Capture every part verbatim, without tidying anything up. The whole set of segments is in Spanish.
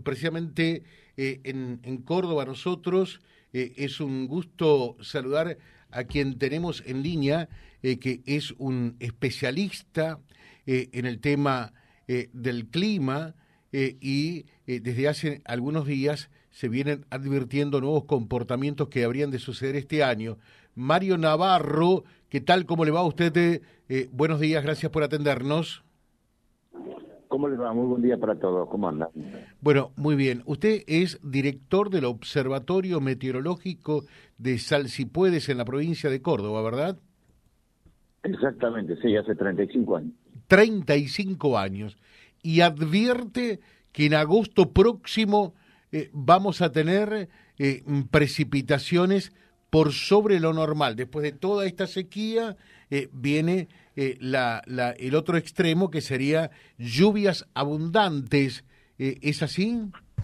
precisamente eh, en, en Córdoba nosotros. Eh, es un gusto saludar a quien tenemos en línea, eh, que es un especialista eh, en el tema eh, del clima eh, y eh, desde hace algunos días se vienen advirtiendo nuevos comportamientos que habrían de suceder este año. Mario Navarro, ¿qué tal? ¿Cómo le va a usted? Eh, buenos días, gracias por atendernos. ¿Cómo le va? Muy buen día para todos. ¿Cómo anda? Bueno, muy bien. Usted es director del Observatorio Meteorológico de Salsipuedes en la provincia de Córdoba, ¿verdad? Exactamente, sí, hace treinta y cinco años. treinta y cinco años. Y advierte que en agosto próximo eh, vamos a tener eh, precipitaciones por sobre lo normal. Después de toda esta sequía eh, viene eh, la, la, el otro extremo, que sería lluvias abundantes. Eh, ¿Es así?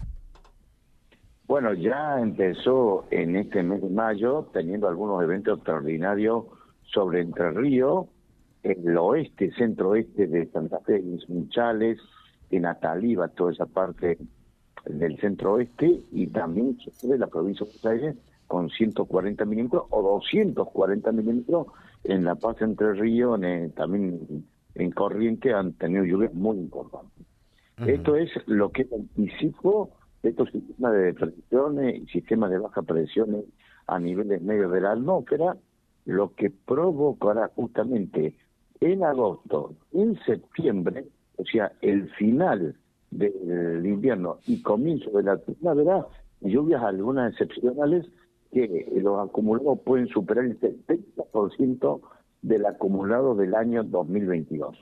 Bueno, ya empezó en este mes de mayo, teniendo algunos eventos extraordinarios sobre Entre Ríos, el oeste, centro-oeste de Santa Fe, en Sunchales, en Ataliva, toda esa parte del centro-oeste, y también sobre la provincia de Buenos Aires, con ciento cuarenta milímetros o doscientos cuarenta milímetros en La Paz, Entre Ríos, en, eh, también en Corrientes han tenido lluvias muy importantes. Uh-huh. Esto es lo que anticipo de estos sistemas de presiones y sistemas de baja presión a niveles medios de la atmósfera, lo que provocará justamente en agosto, en septiembre, o sea, el final del invierno y comienzo de la primavera, lluvias algunas excepcionales que los acumulados pueden superar el setenta por ciento del acumulado del año dos mil veintidós.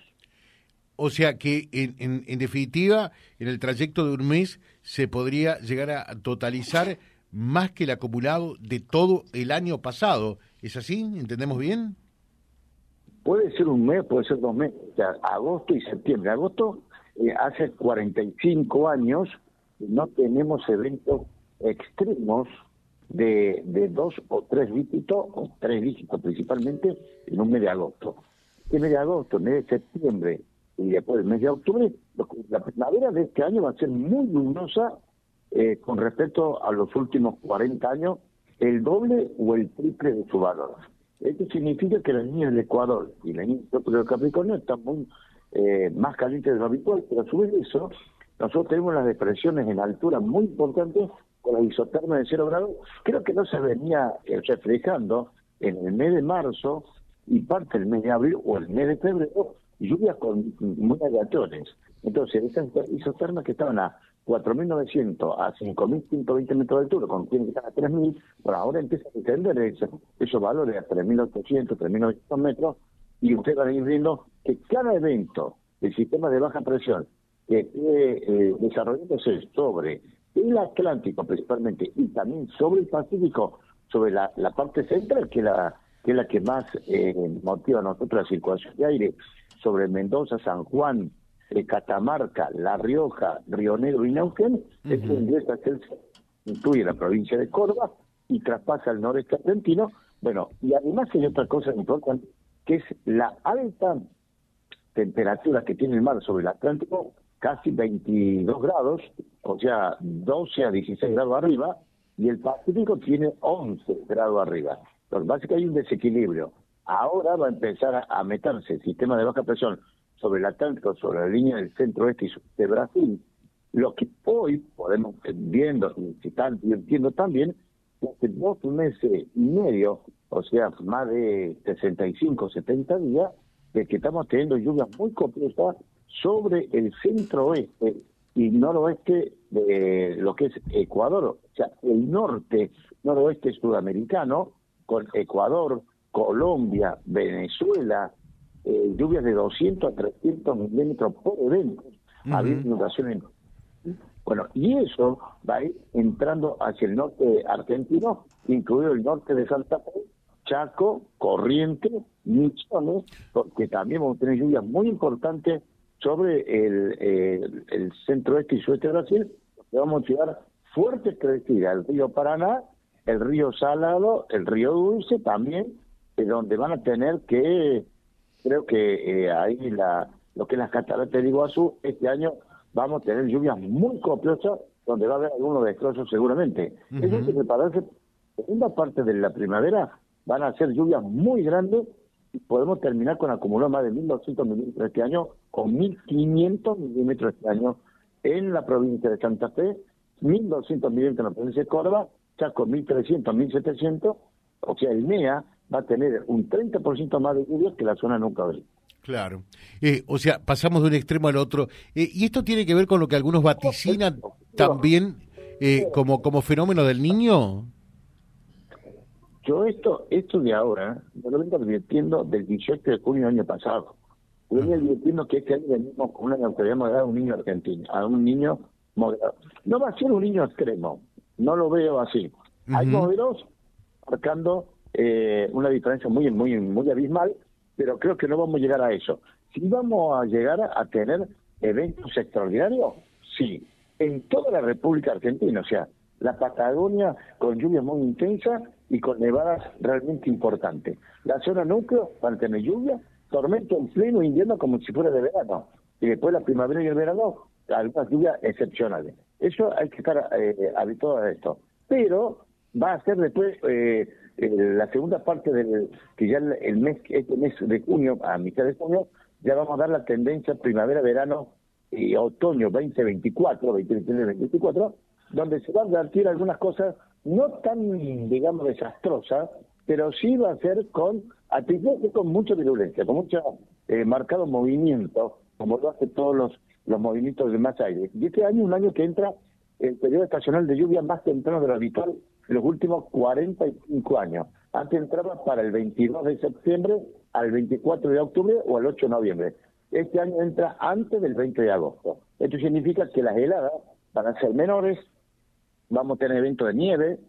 O sea que, en, en, en definitiva, en el trayecto de un mes se podría llegar a totalizar más que el acumulado de todo el año pasado. ¿Es así? ¿Entendemos bien? Puede ser un mes, puede ser dos meses, o sea, agosto y septiembre. Agosto, eh, hace cuarenta y cinco años, no tenemos eventos extremos de, de dos o tres dígitos, o tres dígitos principalmente, en un mes de agosto. El mes de agosto, el mes de septiembre y después el mes de octubre, la primavera de este año va a ser muy luminosa eh, con respecto a los últimos cuarenta años, el doble o el triple de su valor. Esto significa que las líneas del Ecuador y las líneas del Capricornio están muy eh, más calientes de lo habitual, pero a su vez de eso, nosotros tenemos las depresiones en altura muy importantes con la isoterma de cero grados. Creo que no se venía eh, reflejando en el mes de marzo y parte del mes de abril o el mes de febrero, lluvias con muy aleatorias. Entonces, esas isotermas que estaban a cuatro mil novecientos a cinco mil ciento veinte metros de altura, con quienes que están a tres mil, bueno, ahora empiezan a extender esos, esos valores a tres mil ochocientos, tres mil novecientos metros, y ustedes van a ir viendo que cada evento del sistema de baja presión que esté eh, desarrollándose sobre el Atlántico principalmente, y también sobre el Pacífico, sobre la, la parte central, que es la que es la que más eh, motiva a nosotros la circulación de aire, sobre Mendoza, San Juan, eh, Catamarca, La Rioja, Río Negro y Neuquén, uh-huh. Esto ingresa hacia el, incluye la provincia de Córdoba y traspasa el noreste argentino. Bueno, y además hay otra cosa importante, que es la alta temperatura que tiene el mar sobre el Atlántico, casi veintidós grados, o sea, doce a dieciséis grados arriba, y el Pacífico tiene once grados arriba. Entonces, básicamente hay un desequilibrio. Ahora va a empezar a, a meterse el sistema de baja presión sobre el Atlántico, sobre la línea del centro-oeste y sur de Brasil, lo que hoy podemos viendo y si están viendo también, hace dos meses y medio, o sea, más de sesenta y cinco, setenta días, de que estamos teniendo lluvias muy copiosas sobre el centro-oeste y noroeste de lo que es Ecuador, o sea, el norte, noroeste sudamericano, con Ecuador, Colombia, Venezuela, eh, lluvias de doscientos a trescientos milímetros por evento, uh-huh. Habiendo inundaciones. Bueno, y eso va a ir entrando hacia el norte argentino, incluido el norte de Santa Fe, Chaco, Corrientes, Misiones, porque también vamos a tener lluvias muy importantes sobre el, el, el centro-este y sueste de Brasil, donde vamos a llevar fuertes crecidas el río Paraná, el río Salado, el río Dulce también, eh, donde van a tener que, creo que eh, ahí la lo que es las cataratas de Iguazú, este año vamos a tener lluvias muy copiosas donde va a haber algunos destrozos seguramente. Uh-huh. Eso hay que prepararse. La segunda parte de la primavera van a ser lluvias muy grandes y podemos terminar con acumular más de mil doscientos milímetros este año o mil quinientos milímetros este año en la provincia de Santa Fe, mil doscientos milímetros en la provincia de Córdoba, Chaco mil trescientos, mil setecientos, o sea, el M E A va a tener un treinta por ciento más de lluvias que la zona nunca abril. Claro. Eh, o sea, pasamos de un extremo al otro. Eh, ¿Y esto tiene que ver con lo que algunos vaticinan también eh, como, como fenómeno del Niño? Yo esto esto de ahora, me lo vengo advirtiendo del dieciocho de junio del año pasado. Yo vengo advirtiendo que este año venimos con una neutralidad moderada a un niño argentino, a un niño moderado. No va a ser un niño extremo, no lo veo así. Uh-huh. Hay modelos marcando eh, una diferencia muy, muy, muy abismal, pero creo que no vamos a llegar a eso. Si vamos a llegar a tener eventos extraordinarios, sí, en toda la República Argentina, o sea, la Patagonia con lluvias muy intensas y con nevadas realmente importantes. La zona núcleo van a tener lluvia, tormento en pleno invierno como si fuera de verano, y después la primavera y el verano, algunas lluvias excepcionales. Eso hay que estar eh, habituado a esto. Pero va a ser después... Eh, la segunda parte del que ya el mes este mes de junio, a mitad de junio, ya vamos a dar la tendencia primavera-verano y otoño veinte veinticuatro, veinte veintitrés, veinte veinticuatro, donde se va a advertir algunas cosas no tan, digamos, desastrosas, pero sí va a ser con, al principio con mucha virulencia, con mucho eh, marcado movimiento, como lo hace todos los, los movimientos de más aire. Y este año, un año que entra el periodo estacional de lluvia más temprano de lo habitual en los últimos cuarenta y cinco años. Antes entraba para el veintidós de septiembre, al veinticuatro de octubre o al ocho de noviembre. Este año entra antes del veinte de agosto. Esto significa que las heladas van a ser menores, vamos a tener eventos de nieve,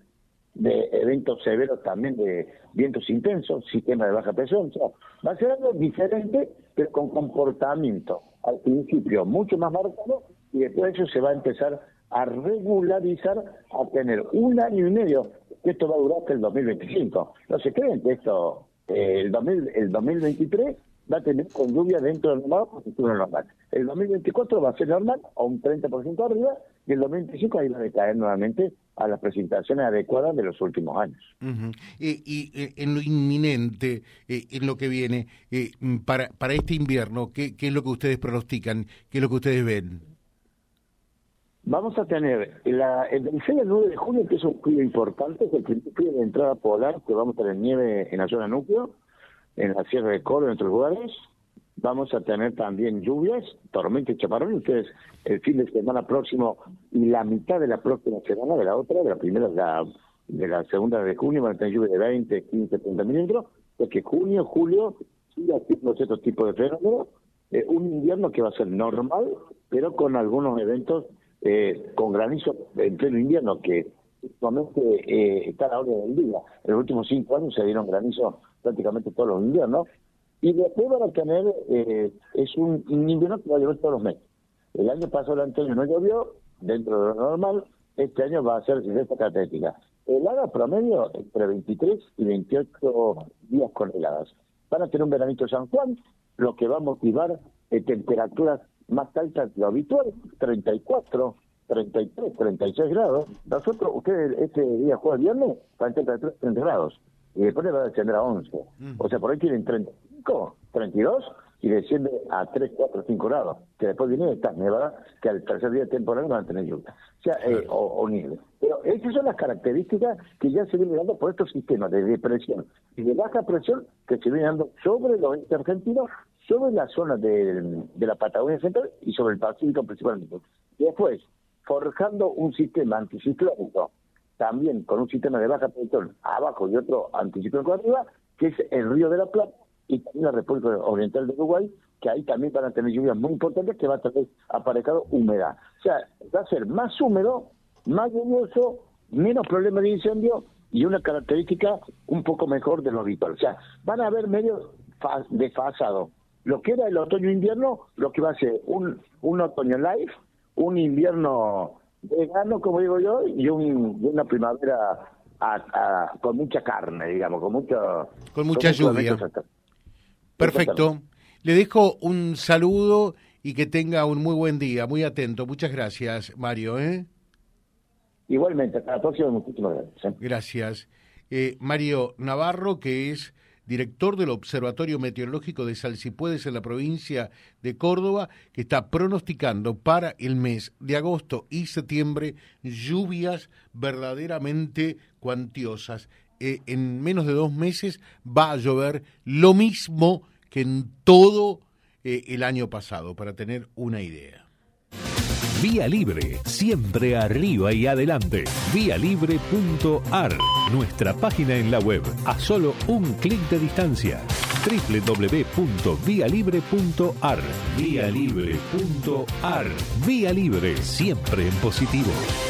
de eventos severos también de vientos intensos, sistema de baja presión. O sea, va a ser algo diferente, pero con comportamiento al principio mucho más marcado, y después eso se va a empezar a regularizar, a tener un año y medio, que esto va a durar hasta el dos mil veinticinco. No se creen que esto, eh, el, dos mil, el dos mil veintitrés va a tener con lluvia dentro del normal, positivo normal. El dos mil veinticuatro va a ser normal, o un treinta por ciento arriba, y el dos mil veinticinco ahí va a decaer nuevamente a las precipitaciones adecuadas de los últimos años. Uh-huh. eh, y eh, en lo inminente, eh, en lo que viene, eh, para, para este invierno, ¿qué, ¿qué es lo que ustedes pronostican? ¿Qué es lo que ustedes ven? Vamos a tener la, el veintiséis al nueve de junio, que es un frío importante, es el principio de entrada polar, que vamos a tener nieve en la zona núcleo, en la Sierra de Córdoba, en otros lugares. Vamos a tener también lluvias, tormenta y chaparrón. Ustedes el fin de semana próximo y la mitad de la próxima semana, de la otra, de la primera, de la, de la segunda de junio, van a tener lluvia de veinte, quince, treinta milímetros, porque junio, julio, sigue haciendo ciertos tipos de fenómenos. Eh, un invierno que va a ser normal, pero con algunos eventos eh, con granizo en pleno invierno, que actualmente eh, está a la orden del día. En los últimos cinco años se dieron granizo prácticamente todos los inviernos. Y después van a tener, eh, es un, un invierno que va a llover todos los meses. El año pasado, el anterior no llovió, dentro de lo normal, este año va a ser de esta característica. Helada promedio entre veintitrés y veintiocho días con heladas. Van a tener un veranito San Juan, lo que va a motivar eh, temperaturas más altas de lo habitual, treinta y cuatro, treinta y tres, treinta y seis grados. Nosotros, ustedes este día jueves viernes, van a tener treinta grados. Y después le va a descender a once. Mm. O sea, por ahí tienen treinta y cinco, treinta y dos y desciende a tres, cuatro, cinco grados. Que después viene esta nevada que al tercer día de temporada van a tener lluvia. O sea, eh, o, o nieve. Pero esas son las características que ya se vienen dando por estos sistemas de depresión y de baja presión que se vienen dando sobre los oeste argentinos, sobre la zona de, de la Patagonia Central y sobre el Pacífico principalmente. Y después, forjando un sistema anticiclónico, también con un sistema de baja presión abajo y otro anticiclónico arriba, que es el Río de la Plata y también la República Oriental de Uruguay, que ahí también van a tener lluvias muy importantes que va a tener aparejado humedad. O sea, va a ser más húmedo, más lluvioso, menos problemas de incendio y una característica un poco mejor de lo habitual. O sea, van a haber medio desfasados. Lo que era el otoño-invierno, lo que va a ser un, un otoño live, un invierno vegano, como digo yo, y, un, y una primavera a, a, con mucha carne, digamos, con mucho con mucha con lluvia. Perfecto. Le dejo un saludo y que tenga un muy buen día. Muy atento. Muchas gracias, Mario, ¿eh? Igualmente, hasta la próxima, muchísimas gracias. ¿eh? Gracias. Eh, Mario Navarro, que es director del Observatorio Meteorológico de Salsipuedes en la provincia de Córdoba, que está pronosticando para el mes de agosto y septiembre lluvias verdaderamente cuantiosas. Eh, en menos de dos meses va a llover lo mismo que en todo eh, el año pasado, para tener una idea. Vía Libre, siempre arriba y adelante. vía libre punto a r, nuestra página en la web, a solo un clic de distancia. doble u doble u doble u punto vía libre punto a r. vía libre punto a r. Vía Libre, siempre en positivo.